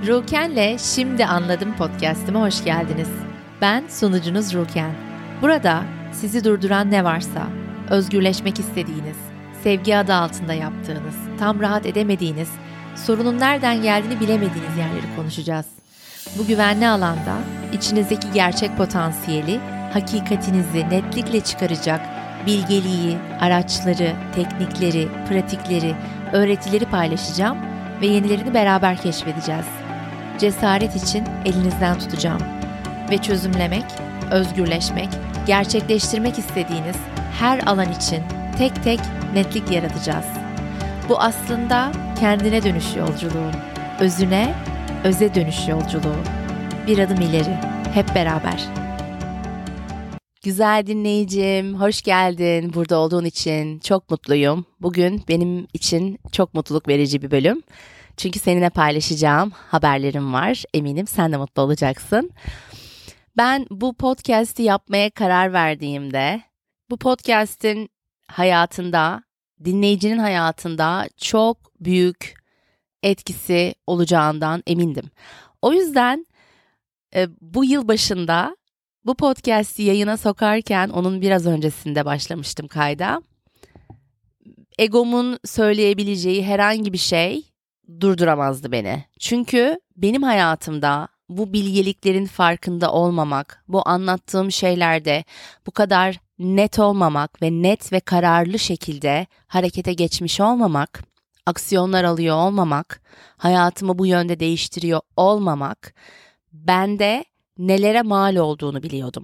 Ruken'le Şimdi Anladım podcast'ime hoş geldiniz. Ben sunucunuz Ruken. Burada sizi durduran ne varsa, özgürleşmek istediğiniz, sevgi adı altında yaptığınız, tam rahat edemediğiniz, sorunun nereden geldiğini bilemediğiniz yerleri konuşacağız. Bu güvenli alanda içinizdeki gerçek potansiyeli, hakikatinizi netlikle çıkaracak bilgeliği, araçları, teknikleri, pratikleri, öğretileri paylaşacağım ve yenilerini beraber keşfedeceğiz. Cesaret için elinizden tutacağım ve çözümlemek, özgürleşmek, gerçekleştirmek istediğiniz her alan için tek tek netlik yaratacağız. Bu aslında kendine dönüş yolculuğu, özüne, öze dönüş yolculuğu. Bir adım ileri, hep beraber. Güzel dinleyicim, hoş geldin. Burada olduğun için çok mutluyum. Bugün benim için çok mutluluk verici bir bölüm. Çünkü seninle paylaşacağım haberlerim var. Eminim sen de mutlu olacaksın. Ben bu podcast'i yapmaya karar verdiğimde, bu podcast'in hayatında, dinleyicinin hayatında çok büyük etkisi olacağından emindim. O yüzden bu yıl başında bu podcast'i yayına sokarken onun biraz öncesinde başlamıştım kayda. Egomun söyleyebileceği herhangi bir şey durduramazdı beni. Çünkü benim hayatımda bu bilgeliklerin farkında olmamak, bu anlattığım şeylerde bu kadar net olmamak ve net ve kararlı şekilde harekete geçmiş olmamak, aksiyonlar alıyor olmamak, hayatımı bu yönde değiştiriyor olmamak, bende nelere mal olduğunu biliyordum.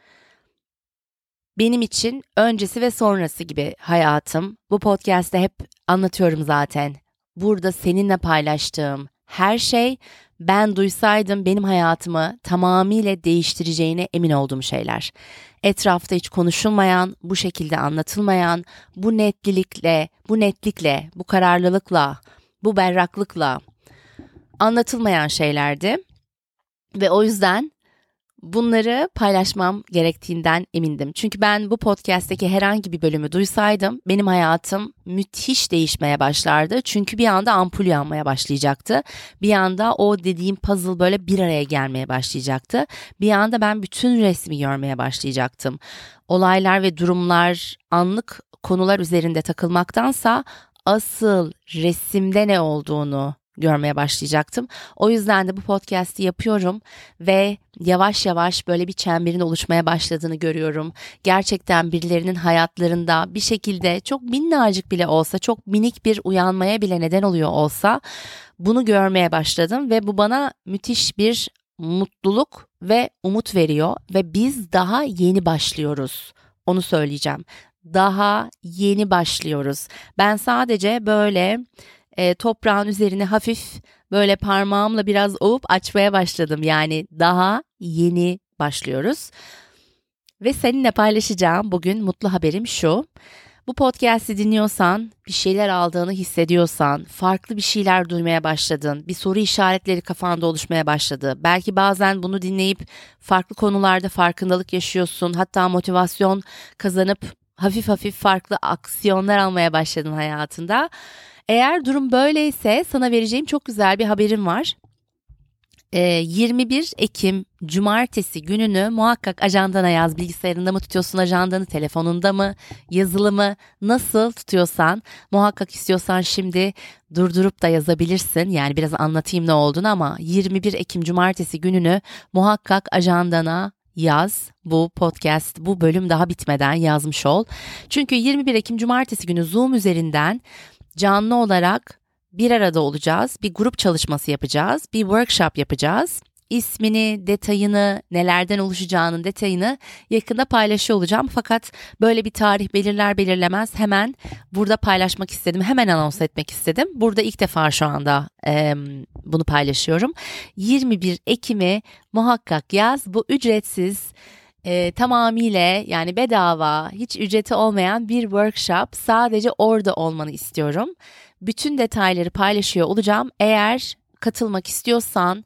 Benim için öncesi ve sonrası gibi hayatım, bu podcast'te hep anlatıyorum zaten. Burada seninle paylaştığım her şey ben duysaydım benim hayatımı tamamıyla değiştireceğine emin olduğum şeyler. Etrafta hiç konuşulmayan, bu şekilde anlatılmayan, bu netlikle, bu kararlılıkla, bu berraklıkla anlatılmayan şeylerdi. Ve o yüzden bunları paylaşmam gerektiğinden emindim. Çünkü ben bu podcast'teki herhangi bir bölümü duysaydım benim hayatım müthiş değişmeye başlardı. Çünkü bir anda ampul yanmaya başlayacaktı. Bir anda o dediğim puzzle böyle bir araya gelmeye başlayacaktı. Bir anda ben bütün resmi görmeye başlayacaktım. Olaylar ve durumlar, anlık konular üzerinde takılmaktansa asıl resimde ne olduğunu görmeye başlayacaktım. O yüzden de bu podcast'i yapıyorum ve yavaş yavaş böyle bir çemberin oluşmaya başladığını görüyorum. Gerçekten birilerinin hayatlarında bir şekilde çok minnacık bile olsa, çok minik bir uyanmaya bile neden oluyor olsa bunu görmeye başladım ve bu bana müthiş bir mutluluk ve umut veriyor ve biz daha yeni başlıyoruz. Onu söyleyeceğim. Daha yeni başlıyoruz. Ben sadece böyle toprağın üzerine hafif böyle parmağımla biraz ovup açmaya başladım. Yani daha yeni başlıyoruz. Ve seninle paylaşacağım bugün mutlu haberim şu. Bu podcast'i dinliyorsan, bir şeyler aldığını hissediyorsan, farklı bir şeyler duymaya başladın, bir soru işaretleri kafanda oluşmaya başladı. Belki bazen bunu dinleyip farklı konularda farkındalık yaşıyorsun, hatta motivasyon kazanıp hafif hafif farklı aksiyonlar almaya başladın hayatında. Eğer durum böyleyse sana vereceğim çok güzel bir haberim var. 21 Ekim Cumartesi gününü muhakkak ajandana yaz. Bilgisayarında mı tutuyorsun ajandanı, telefonunda mı, yazılı mı, nasıl tutuyorsan muhakkak istiyorsan şimdi durdurup da yazabilirsin. Yani biraz anlatayım ne olduğunu ama 21 Ekim Cumartesi gününü muhakkak ajandana yaz. Bu podcast, bu bölüm daha bitmeden yazmış ol. Çünkü 21 Ekim Cumartesi günü Zoom üzerinden canlı olarak bir arada olacağız. Bir grup çalışması yapacağız. Bir workshop yapacağız. İsmini, detayını, nelerden oluşacağının detayını yakında paylaşıyor olacağım. Fakat böyle bir tarih belirler belirlemez hemen burada paylaşmak istedim. Hemen anons etmek istedim. Burada ilk defa şu anda bunu paylaşıyorum. 21 Ekim'i muhakkak yaz. Bu ücretsiz, tamamıyla yani bedava, hiç ücreti olmayan bir workshop. Sadece orada olmanı istiyorum. Bütün detayları paylaşıyor olacağım. Eğer katılmak istiyorsan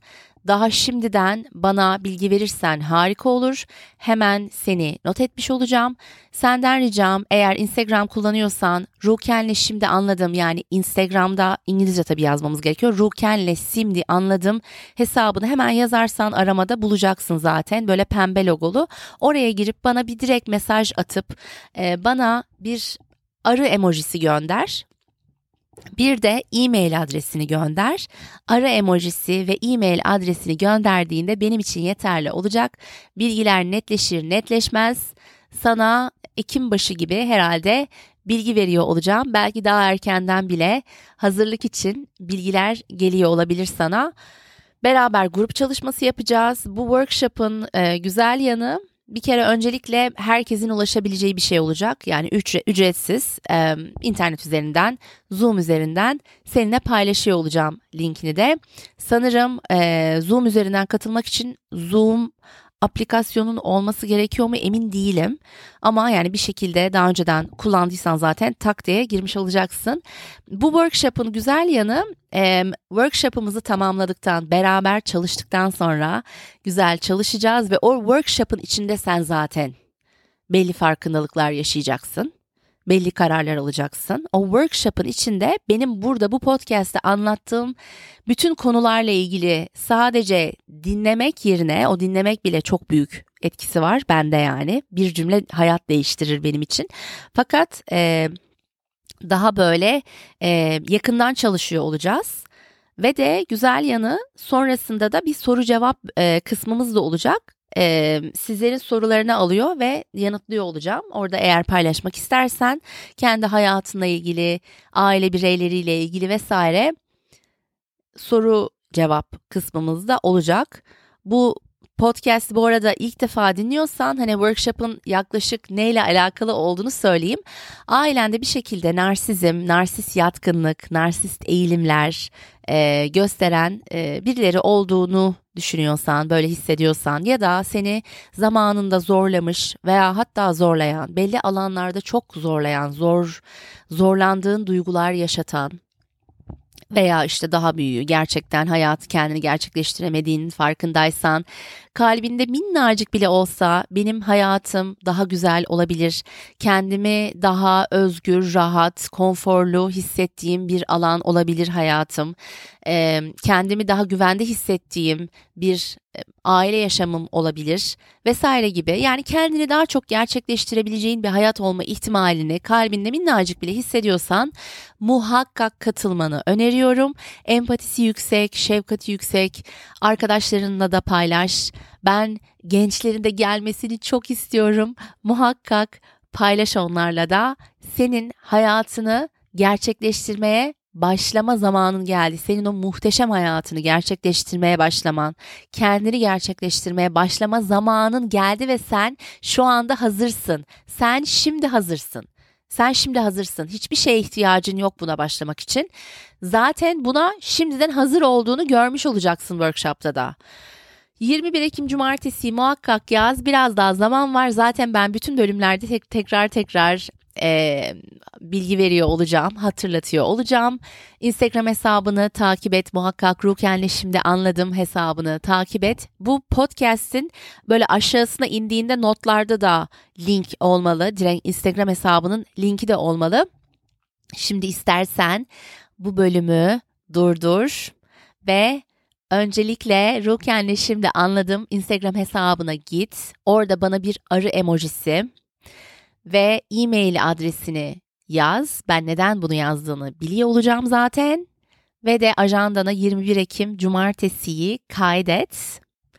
daha şimdiden bana bilgi verirsen harika olur. Hemen seni not etmiş olacağım. Senden ricam, eğer Instagram kullanıyorsan Ruken'le şimdi anladım, yani Instagram'da İngilizce tabii yazmamız gerekiyor. Ruken'le şimdi anladım hesabını hemen yazarsan aramada bulacaksın zaten. Böyle pembe logolu. Oraya girip bana bir direkt mesaj atıp bana bir arı emojisi gönder. Bir de e-mail adresini gönder. Arı emojisi ve e-mail adresini gönderdiğinde benim için yeterli olacak. Bilgiler netleşir netleşmez sana Ekim başı gibi herhalde bilgi veriyor olacağım. Belki daha erkenden bile hazırlık için bilgiler geliyor olabilir sana. Beraber grup çalışması yapacağız. Bu workshop'ın güzel yanı, bir kere öncelikle herkesin ulaşabileceği bir şey olacak. Yani ücretsiz, internet üzerinden, Zoom üzerinden seninle paylaşıyor olacağım linkini de. Sanırım Zoom üzerinden katılmak için Zoom aplikasyonun olması gerekiyor mu emin değilim. Ama yani bir şekilde daha önceden kullandıysan zaten tak diye girmiş olacaksın. Bu workshop'ın güzel yanı, workshop'ımızı tamamladıktan, beraber çalıştıktan sonra güzel çalışacağız ve o workshop'ın içinde sen zaten belli farkındalıklar yaşayacaksın. Belli kararlar alacaksın. O workshop'ın içinde benim burada bu podcast'te anlattığım bütün konularla ilgili sadece dinlemek yerine, o dinlemek bile çok büyük etkisi var bende yani. Bir cümle hayat değiştirir benim için. Fakat daha böyle yakından çalışıyor olacağız. Ve de güzel yanı, sonrasında da bir soru cevap kısmımız da olacak. Sizlerin sorularını alıyor ve yanıtlıyor olacağım. Orada eğer paylaşmak istersen kendi hayatınla ilgili, aile bireyleriyle ilgili vesaire soru cevap kısmımız da olacak. Bu podcast bu arada ilk defa dinliyorsan, hani workshop'ın yaklaşık neyle alakalı olduğunu söyleyeyim. Ailende bir şekilde narsizm, narsist yatkınlık, narsist eğilimler gösteren birileri olduğunu düşünüyorsan, böyle hissediyorsan ya da seni zamanında zorlamış veya hatta zorlayan, belli alanlarda çok zorlayan, zorlandığın duygular yaşatan veya işte daha büyüğü, gerçekten hayatı kendini gerçekleştiremediğinin farkındaysan, kalbinde minnacık bile olsa benim hayatım daha güzel olabilir, kendimi daha özgür, rahat, konforlu hissettiğim bir alan olabilir hayatım, kendimi daha güvende hissettiğim bir aile yaşamım olabilir vesaire gibi, yani kendini daha çok gerçekleştirebileceğin bir hayat olma ihtimalini kalbinde minnacık bile hissediyorsan muhakkak katılmanı öneriyorum. Empatisi yüksek, şefkati yüksek, arkadaşlarınla da paylaş. Ben gençlerin de gelmesini çok istiyorum. Muhakkak paylaş onlarla da. Senin hayatını gerçekleştirmeye başlama zamanın geldi. Senin o muhteşem hayatını gerçekleştirmeye başlaman, kendini gerçekleştirmeye başlama zamanın geldi ve sen şu anda hazırsın. Sen şimdi hazırsın. Sen şimdi hazırsın. Hiçbir şeye ihtiyacın yok buna başlamak için. Zaten buna şimdiden hazır olduğunu görmüş olacaksın workshop'ta da. 21 Ekim Cumartesi muhakkak yaz. Biraz daha zaman var. Zaten ben bütün bölümlerde tekrar bilgi veriyor olacağım, hatırlatıyor olacağım. Instagram hesabını takip et. Muhakkak Ruken'le şimdi anladım hesabını takip et. Bu podcast'in böyle aşağısına indiğinde notlarda da link olmalı. Direkt Instagram hesabının linki de olmalı. Şimdi istersen bu bölümü durdur ve öncelikle Ruken'le şimdi anladım Instagram hesabına git. Orada bana bir arı emojisi ve e-mail adresini yaz. Ben neden bunu yazdığını biliyor olacağım zaten. Ve de ajandana 21 Ekim Cumartesi'yi kaydet.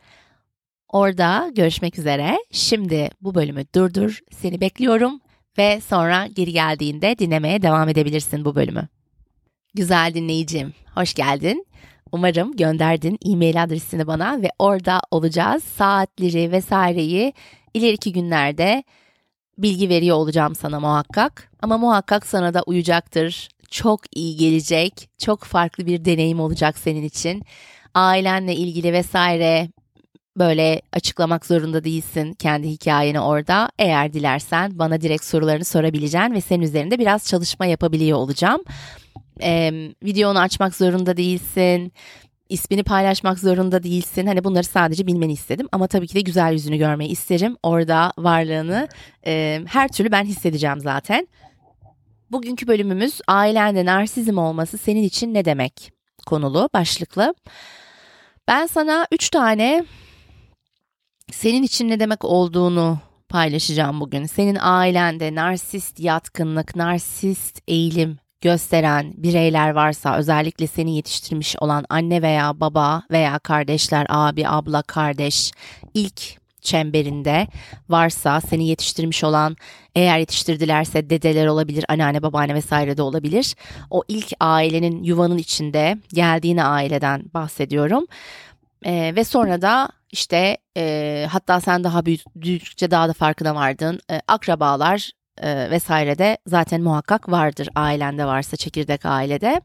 Orada görüşmek üzere. Şimdi bu bölümü durdur. Seni bekliyorum ve sonra geri geldiğinde dinlemeye devam edebilirsin bu bölümü. Güzel dinleyicim, hoş geldin. Umarım gönderdin e-mail adresini bana ve orada olacağız. Saatleri vesaireyi ileriki günlerde bilgi veriyor olacağım sana muhakkak. Ama muhakkak sana da uyacaktır. Çok iyi gelecek. Çok farklı bir deneyim olacak senin için. Ailenle ilgili vesaire böyle açıklamak zorunda değilsin kendi hikayeni orada. Eğer dilersen bana direkt sorularını sorabileceksin ve senin üzerinde biraz çalışma yapabiliyor olacağım. Videonu açmak zorunda değilsin. İsmini paylaşmak zorunda değilsin. Hani bunları sadece bilmeni istedim. Ama tabii ki de güzel yüzünü görmeyi isterim. Orada varlığını her türlü ben hissedeceğim zaten. Bugünkü bölümümüz ailende narsizm olması senin için ne demek? Konulu, başlıklı. Ben sana 3 tane senin için ne demek olduğunu paylaşacağım bugün. Senin ailende narsist yatkınlık, narsist eğilim gösteren bireyler varsa, özellikle seni yetiştirmiş olan anne veya baba veya kardeşler, abi, abla, kardeş ilk çemberinde varsa, seni yetiştirmiş olan, eğer yetiştirdilerse dedeler olabilir, anneanne, babaanne vesaire de olabilir. O ilk ailenin, yuvanın içinde geldiğin aileden bahsediyorum. Ve sonra da işte hatta sen daha büyüdükçe daha da farkına vardın. Akrabalar vesaire de zaten muhakkak vardır, ailende varsa, çekirdek ailede.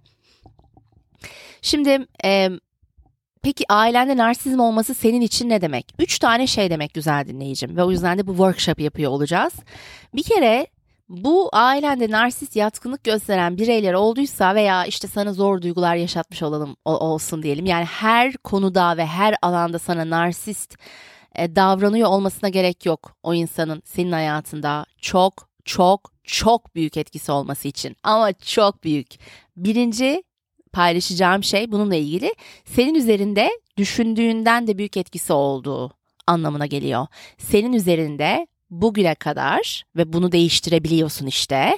Şimdi peki ailende narsizm olması senin için ne demek? 3 tane şey demek güzel dinleyicim, ve o yüzden de bu workshop yapıyor olacağız. Bir kere bu ailende narsist yatkınlık gösteren bireyler olduysa veya işte sana zor duygular yaşatmış olsun diyelim. Yani her konuda ve her alanda sana narsist davranıyor olmasına gerek yok o insanın senin hayatında çok çok çok büyük etkisi olması için. Ama çok büyük. Birinci paylaşacağım şey bununla ilgili, senin üzerinde düşündüğünden de büyük etkisi olduğu anlamına geliyor. Senin üzerinde bugüne kadar, ve bunu değiştirebiliyorsun işte.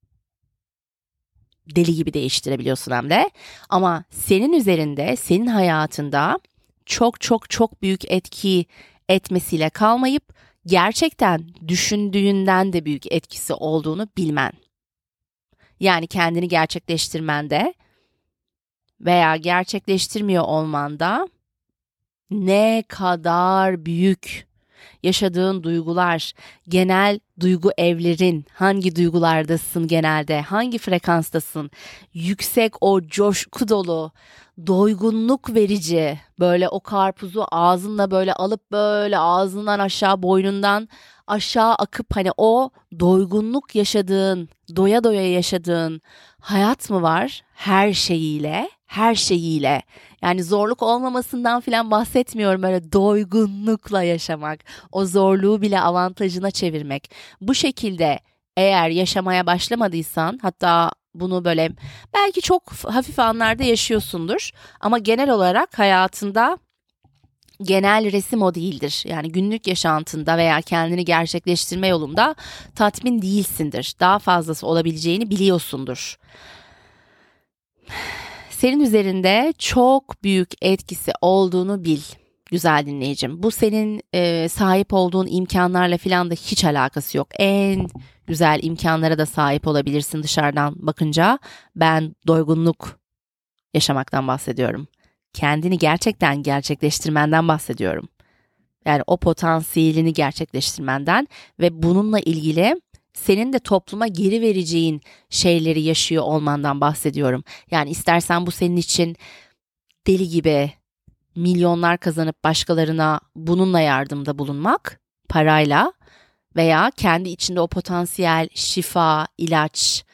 Deli gibi değiştirebiliyorsun hem de. Ama senin üzerinde, senin hayatında çok çok çok büyük etki etmesiyle kalmayıp gerçekten düşündüğünden de büyük etkisi olduğunu bilmen. Yani kendini gerçekleştirmende veya gerçekleştirmiyor olmanda ne kadar büyük yaşadığın duygular, genel duygu evlerin, hangi duygulardasın genelde, hangi frekanstasın, yüksek o coşku dolu, doygunluk verici, böyle o karpuzu ağzınla böyle alıp böyle ağzından aşağı, boynundan aşağı akıp hani o doygunluk yaşadığın, doya doya yaşadığın hayat mı var? Her şeyiyle, her şeyiyle. Yani zorluk olmamasından falan bahsetmiyorum, böyle doygunlukla yaşamak, o zorluğu bile avantajına çevirmek. Bu şekilde eğer yaşamaya başlamadıysan, hatta bunu böyle belki çok hafif anlarda yaşıyorsundur ama genel olarak hayatında genel resim o değildir. Yani günlük yaşantında veya kendini gerçekleştirme yolunda tatmin değilsindir. Daha fazlası olabileceğini biliyorsundur. Senin üzerinde çok büyük etkisi olduğunu bil güzel dinleyicim. Bu senin sahip olduğun imkanlarla falan da hiç alakası yok. En güzel imkanlara da sahip olabilirsin dışarıdan bakınca. Ben doygunluk yaşamaktan bahsediyorum. Kendini gerçekten gerçekleştirmenden bahsediyorum. Yani o potansiyelini gerçekleştirmenden ve bununla ilgili senin de topluma geri vereceğin şeyleri yaşıyor olmandan bahsediyorum. Yani istersen bu senin için deli gibi milyonlar kazanıp başkalarına bununla yardımda bulunmak, parayla, veya kendi içinde o potansiyel şifa, ilaç,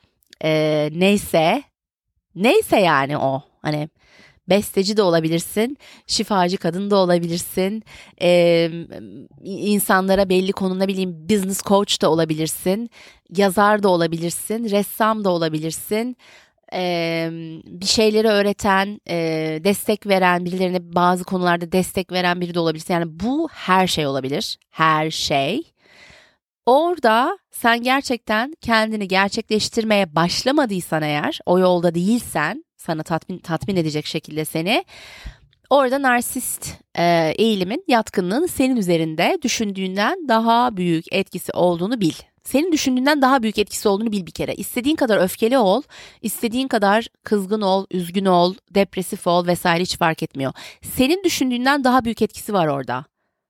neyse yani o. Hani besteci de olabilirsin, şifacı kadın da olabilirsin, insanlara belli konu, ne bileyim, business coach da olabilirsin, yazar da olabilirsin, ressam da olabilirsin, bir şeyleri öğreten, destek veren, birilerine bazı konularda destek veren biri de olabilirsin. Yani bu her şey olabilir, her şey. Orada sen gerçekten kendini gerçekleştirmeye başlamadıysan, eğer o yolda değilsen, sana tatmin edecek şekilde seni, orada narsist eğilimin, yatkınlığın senin üzerinde düşündüğünden daha büyük etkisi olduğunu bil. Senin düşündüğünden daha büyük etkisi olduğunu bil bir kere. İstediğin kadar öfkeli ol, istediğin kadar kızgın ol, üzgün ol, depresif ol vesaire, hiç fark etmiyor. Senin düşündüğünden daha büyük etkisi var orada.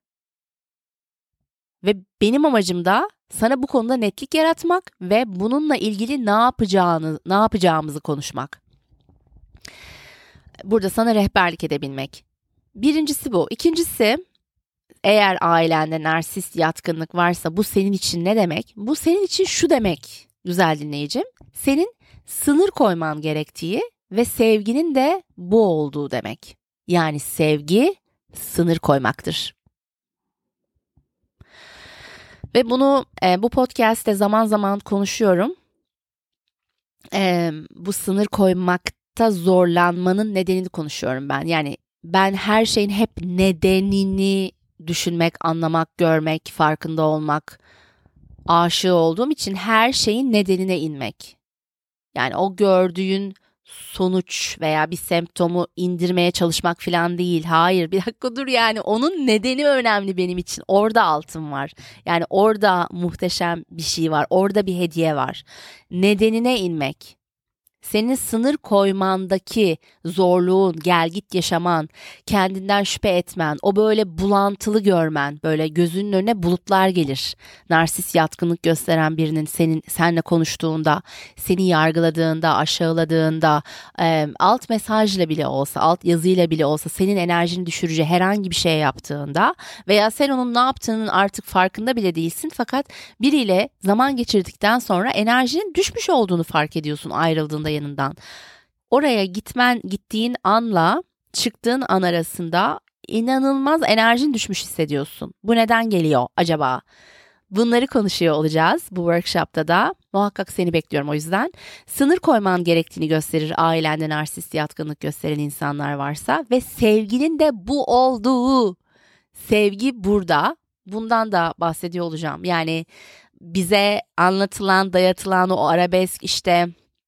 Ve benim amacım da sana bu konuda netlik yaratmak ve bununla ilgili ne yapacağımızı konuşmak. Burada sana rehberlik edebilmek. Birincisi bu. İkincisi, eğer ailende narsist yatkınlık varsa bu senin için ne demek? Bu senin için şu demek güzel dinleyicim. Senin sınır koyman gerektiği ve sevginin de bu olduğu demek. Yani sevgi sınır koymaktır. Ve bunu bu podcast'te zaman zaman konuşuyorum. Bu sınır koymakta zorlanmanın nedenini konuşuyorum ben. Yani ben her şeyin hep nedenini düşünmek, anlamak, görmek, farkında olmak, aşığı olduğum için her şeyin nedenine inmek. Yani o gördüğün sonuç veya bir semptomu indirmeye çalışmak falan değil. Hayır, bir dakika dur, yani onun nedeni önemli benim için. Orada altın var. Yani orada muhteşem bir şey var. Orada bir hediye var. Nedenine inmek. Senin sınır koymandaki zorluğun, gelgit yaşaman, kendinden şüphe etmen, o böyle bulantılı görmen, böyle gözünün önüne bulutlar gelir. Narsist yatkınlık gösteren birinin seninle konuştuğunda, seni yargıladığında, aşağıladığında, alt mesajla bile olsa, alt yazıyla bile olsa senin enerjini düşürücü herhangi bir şey yaptığında veya sen onun ne yaptığının artık farkında bile değilsin, fakat biriyle zaman geçirdikten sonra enerjinin düşmüş olduğunu fark ediyorsun ayrıldığında yanından. Oraya gittiğin anla çıktığın an arasında inanılmaz enerjin düşmüş hissediyorsun. Bu neden geliyor acaba? Bunları konuşuyor olacağız bu workshop'ta da. Muhakkak seni bekliyorum o yüzden. Sınır koyman gerektiğini gösterir ailende narsist yatkınlık gösteren insanlar varsa ve sevginin de bu olduğu. Sevgi burada. Bundan da bahsediyor olacağım. Yani bize anlatılan, dayatılan o arabesk işte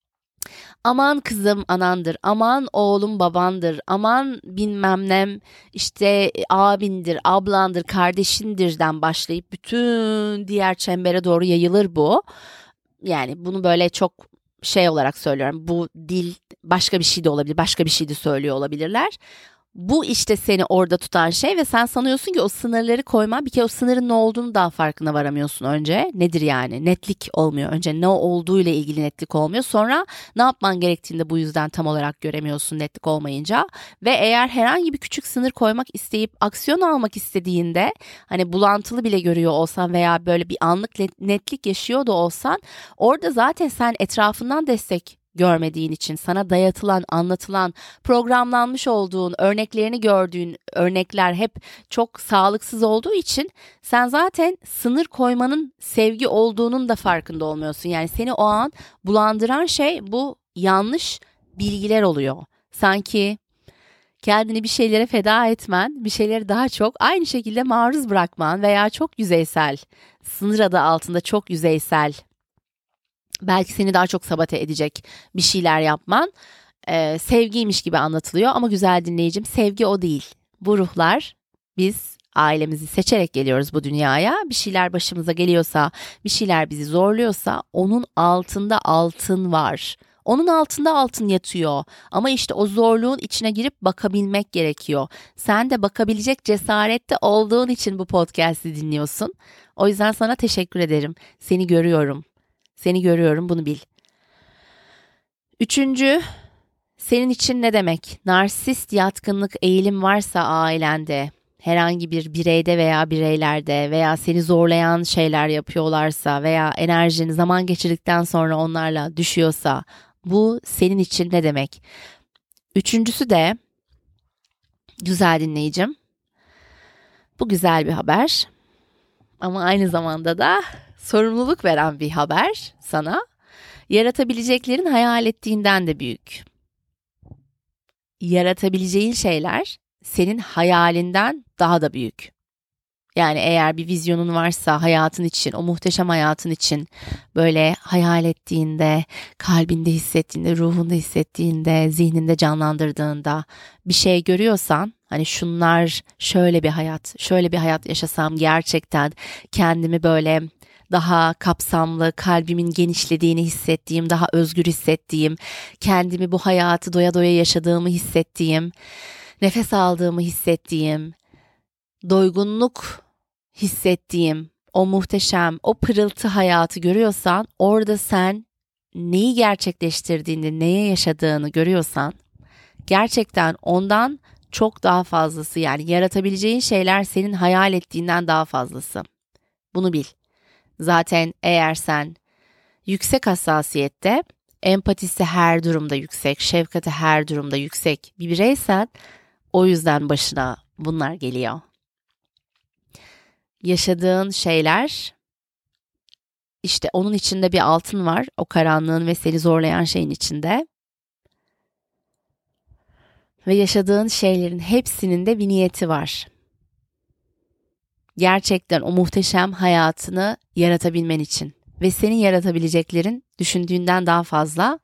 aman kızım anandır, aman oğlum babandır, aman bilmem ne işte abindir, ablandır, kardeşindirden başlayıp bütün diğer çembere doğru yayılır bu. Yani bunu böyle çok şey olarak söylüyorum. Bu dil başka bir şey de olabilir, başka bir şey de söylüyor olabilirler. Bu işte seni orada tutan şey ve sen sanıyorsun ki o sınırları koyma, bir kere o sınırın ne olduğunu daha farkına varamıyorsun önce. Nedir yani? Netlik olmuyor. Önce ne olduğuyla ilgili netlik olmuyor. Sonra ne yapman gerektiğini de bu yüzden tam olarak göremiyorsun netlik olmayınca. Ve eğer herhangi bir küçük sınır koymak isteyip aksiyon almak istediğinde hani bulantılı bile görüyor olsan veya böyle bir anlık netlik yaşıyor da olsan orada zaten sen etrafından destek görmediğin için sana dayatılan, anlatılan, programlanmış olduğun, örneklerini gördüğün örnekler hep çok sağlıksız olduğu için sen zaten sınır koymanın sevgi olduğunun da farkında olmuyorsun. Yani seni o an bulandıran şey bu yanlış bilgiler oluyor. Sanki kendini bir şeylere feda etmen, bir şeyleri daha çok aynı şekilde maruz bırakman veya çok yüzeysel, sınır adı altında çok yüzeysel, belki seni daha çok sabote edecek bir şeyler yapman sevgiymiş gibi anlatılıyor. Ama güzel dinleyicim, sevgi o değil. Bu ruhlar, biz ailemizi seçerek geliyoruz bu dünyaya. Bir şeyler başımıza geliyorsa, bir şeyler bizi zorluyorsa onun altında altın var. Onun altında altın yatıyor ama işte o zorluğun içine girip bakabilmek gerekiyor. Sen de bakabilecek cesarette olduğun için bu podcast'i dinliyorsun. O yüzden sana teşekkür ederim. Seni görüyorum. Seni görüyorum, bunu bil. Üçüncü, senin için ne demek? Narsist yatkınlık eğilim varsa ailende, herhangi bir bireyde veya bireylerde veya seni zorlayan şeyler yapıyorlarsa veya enerjin zaman geçirdikten sonra onlarla düşüyorsa bu senin için ne demek? Üçüncüsü de güzel dinleyicim. Bu güzel bir haber ama aynı zamanda da sorumluluk veren bir haber sana. Yaratabileceklerin hayal ettiğinden de büyük. Yaratabileceğin şeyler senin hayalinden daha da büyük. Yani eğer bir vizyonun varsa hayatın için, o muhteşem hayatın için böyle hayal ettiğinde, kalbinde hissettiğinde, ruhunda hissettiğinde, zihninde canlandırdığında bir şey görüyorsan, hani şunlar şöyle bir hayat yaşasam gerçekten kendimi böyle daha kapsamlı, kalbimin genişlediğini hissettiğim, daha özgür hissettiğim, kendimi bu hayatı doya doya yaşadığımı hissettiğim, nefes aldığımı hissettiğim, doygunluk hissettiğim, o muhteşem, o pırıltı hayatı görüyorsan, orada sen neyi gerçekleştirdiğini, neye yaşadığını görüyorsan, gerçekten ondan çok daha fazlası, yani yaratabileceğin şeyler senin hayal ettiğinden daha fazlası. Bunu bil. Zaten eğer sen yüksek hassasiyette empatisi her durumda yüksek, şefkati her durumda yüksek bir bireysen o yüzden başına bunlar geliyor. Yaşadığın şeyler, işte onun içinde bir altın var, o karanlığın ve seni zorlayan şeyin içinde. Ve yaşadığın şeylerin hepsinin de bir niyeti var. Gerçekten o muhteşem hayatını yaratabilmen için. Ve senin yaratabileceklerin düşündüğünden daha fazla.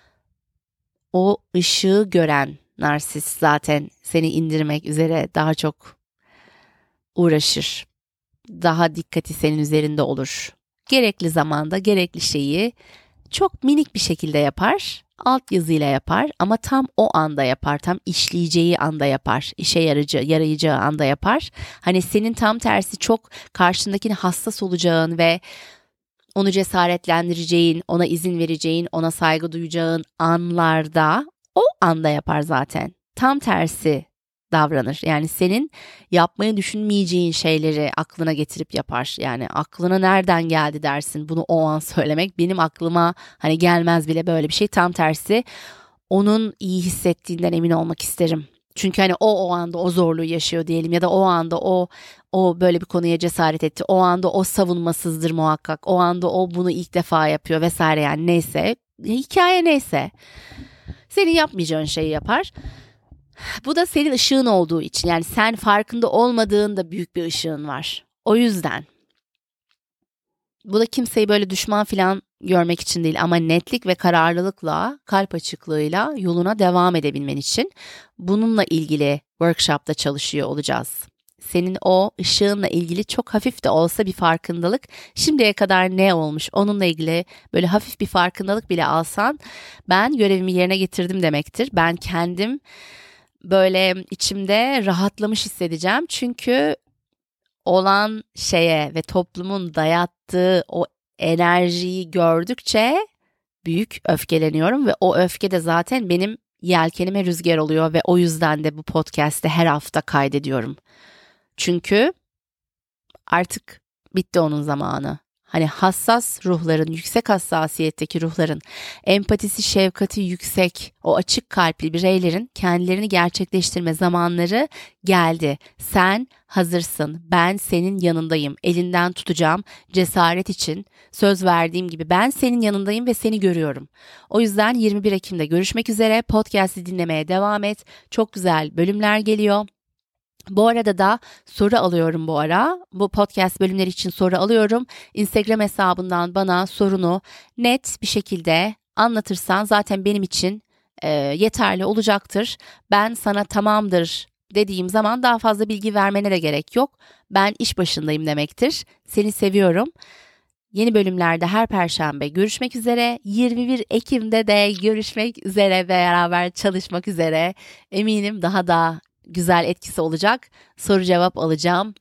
O ışığı gören narsist zaten seni indirmek üzere daha çok uğraşır. Daha dikkati senin üzerinde olur. Gerekli zamanda gerekli şeyi çok minik bir şekilde yapar. Alt yazıyla yapar ama tam o anda yapar. Tam işleyeceği anda yapar. İşe yarayacağı anda yapar. Hani senin tam tersi çok karşındakine hassas olacağın ve onu cesaretlendireceğin, ona izin vereceğin, ona saygı duyacağın anlarda o anda yapar zaten. Tam tersi davranır. Yani senin yapmayı düşünmeyeceğin şeyleri aklına getirip yapar. Yani aklına nereden geldi dersin bunu o an söylemek. Benim aklıma hani gelmez bile böyle bir şey. Tam tersi onun iyi hissettiğinden emin olmak isterim. Çünkü hani o anda o zorluğu yaşıyor diyelim ya da o anda o böyle bir konuya cesaret etti. O anda o savunmasızdır muhakkak. O anda o bunu ilk defa yapıyor vesaire yani neyse. Hikaye neyse. Senin yapmayacağın şeyi yapar. Bu da senin ışığın olduğu için yani sen farkında olmadığında büyük bir ışığın var. O yüzden bu da kimseyi böyle düşman falan görmek için değil ama netlik ve kararlılıkla, kalp açıklığıyla yoluna devam edebilmen için bununla ilgili workshop'ta çalışıyor olacağız. Senin o ışığınla ilgili çok hafif de olsa bir farkındalık, şimdiye kadar ne olmuş onunla ilgili böyle hafif bir farkındalık bile alsan ben görevimi yerine getirdim demektir. Ben kendim böyle içimde rahatlamış hissedeceğim çünkü olan şeye ve toplumun dayattığı o enerjiyi gördükçe büyük öfkeleniyorum ve o öfke de zaten benim yelkenime rüzgar oluyor ve o yüzden de bu podcast'te her hafta kaydediyorum. Çünkü artık bitti onun zamanı. Hani hassas ruhların, yüksek hassasiyetteki ruhların, empatisi, şefkati yüksek, o açık kalpli bireylerin kendilerini gerçekleştirme zamanları geldi. Sen hazırsın, ben senin yanındayım, elinden tutacağım, cesaret için söz verdiğim gibi ben senin yanındayım ve seni görüyorum. O yüzden 21 Ekim'de görüşmek üzere, podcast'i dinlemeye devam et, çok güzel bölümler geliyor. Bu arada da soru alıyorum bu ara. Bu podcast bölümleri için soru alıyorum. Instagram hesabından bana sorunu net bir şekilde anlatırsan zaten benim için yeterli olacaktır. Ben sana tamamdır dediğim zaman daha fazla bilgi vermene de gerek yok. Ben iş başındayım demektir. Seni seviyorum. Yeni bölümlerde her Perşembe görüşmek üzere. 21 Ekim'de de görüşmek üzere, beraber çalışmak üzere. Eminim daha da güzel etkisi olacak. Soru cevap alacağım.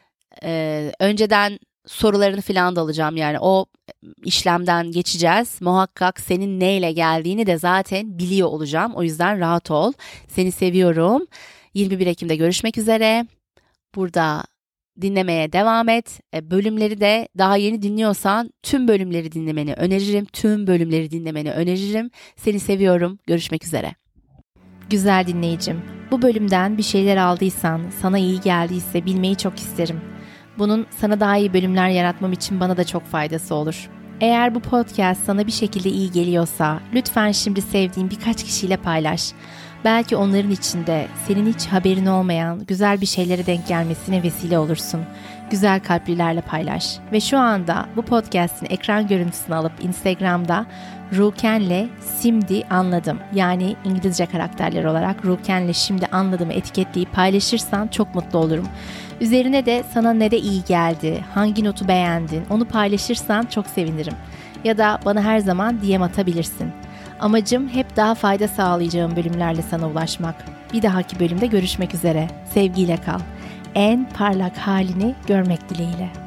Önceden sorularını falan da alacağım. Yani o işlemden geçeceğiz. Muhakkak senin neyle geldiğini de zaten biliyor olacağım. O yüzden rahat ol. Seni seviyorum. 21 Ekim'de görüşmek üzere. Burada dinlemeye devam et. Bölümleri de daha yeni dinliyorsan tüm bölümleri dinlemeni öneririm. Tüm bölümleri dinlemeni öneririm. Seni seviyorum. Görüşmek üzere. Güzel dinleyicim, bu bölümden bir şeyler aldıysan, sana iyi geldiyse bilmeyi çok isterim. Bunun sana daha iyi bölümler yaratmam için bana da çok faydası olur. Eğer bu podcast sana bir şekilde iyi geliyorsa, lütfen şimdi sevdiğin birkaç kişiyle paylaş. Belki onların içinde senin hiç haberin olmayan güzel bir şeylere denk gelmesine vesile olursun. Güzel kalplilerle paylaş. Ve şu anda bu podcast'in ekran görüntüsünü alıp Instagram'da Ruken'le Şimdi Anladım, yani İngilizce karakterler olarak Ruken'le Şimdi Anladım'ı etiketleyip paylaşırsan çok mutlu olurum. Üzerine de sana ne de iyi geldi, hangi notu beğendin onu paylaşırsan çok sevinirim. Ya da bana her zaman DM atabilirsin. Amacım hep daha fayda sağlayacağım bölümlerle sana ulaşmak. Bir dahaki bölümde görüşmek üzere. Sevgiyle kal. En parlak halini görmek dileğiyle.